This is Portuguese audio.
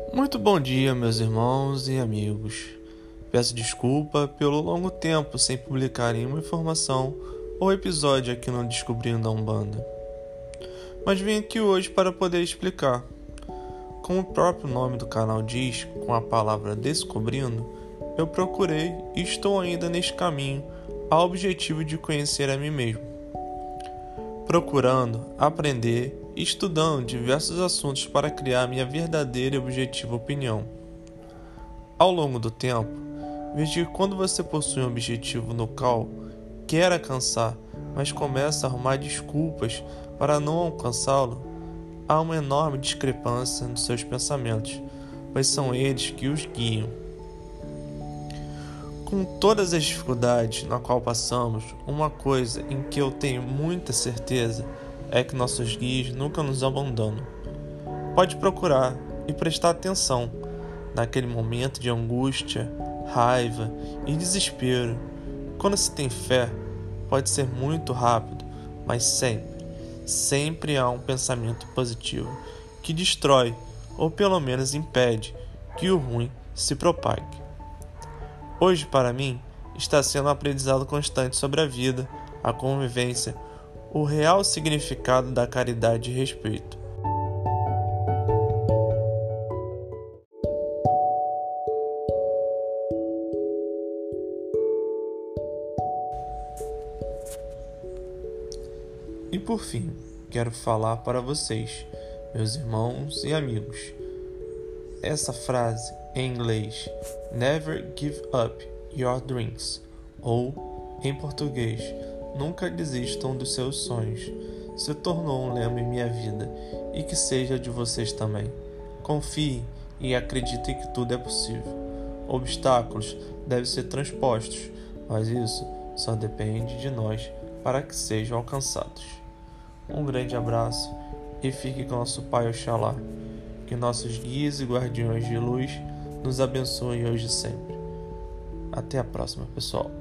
Muito bom dia, meus irmãos e amigos. Peço desculpa pelo longo tempo sem publicar nenhuma informação ou episódio aqui no Descobrindo a Umbanda. Mas vim aqui hoje para poder explicar. Como o próprio nome do canal diz, com a palavra descobrindo, eu procurei e estou ainda neste caminho ao objetivo de conhecer a mim mesmo. Procurando, aprender e estudando diversos assuntos para criar minha verdadeira e objetiva opinião. Ao longo do tempo, vejo que quando você possui um objetivo no qual quer alcançar, mas começa a arrumar desculpas para não alcançá-lo, há uma enorme discrepância nos seus pensamentos, pois são eles que os guiam. Com todas as dificuldades na qual passamos, uma coisa em que eu tenho muita certeza é que nossos guias nunca nos abandonam. Pode procurar e prestar atenção naquele momento de angústia, raiva e desespero. Quando se tem fé, pode ser muito rápido, mas sempre há um pensamento positivo que destrói ou pelo menos impede que o ruim se propague. Hoje, para mim, está sendo um aprendizado constante sobre a vida, a convivência, o real significado da caridade e respeito. E por fim, quero falar para vocês, meus irmãos e amigos, essa frase em inglês, Never give up your dreams, ou, em português, nunca desistam dos seus sonhos, se tornou um lema em minha vida e que seja de vocês também. Confiem e acreditem que tudo é possível. Obstáculos devem ser transpostos, mas isso só depende de nós para que sejam alcançados. Um grande abraço e fique com nosso Pai Oxalá. Que nossos guias e guardiões de luz nos abençoem hoje e sempre. Até a próxima, pessoal.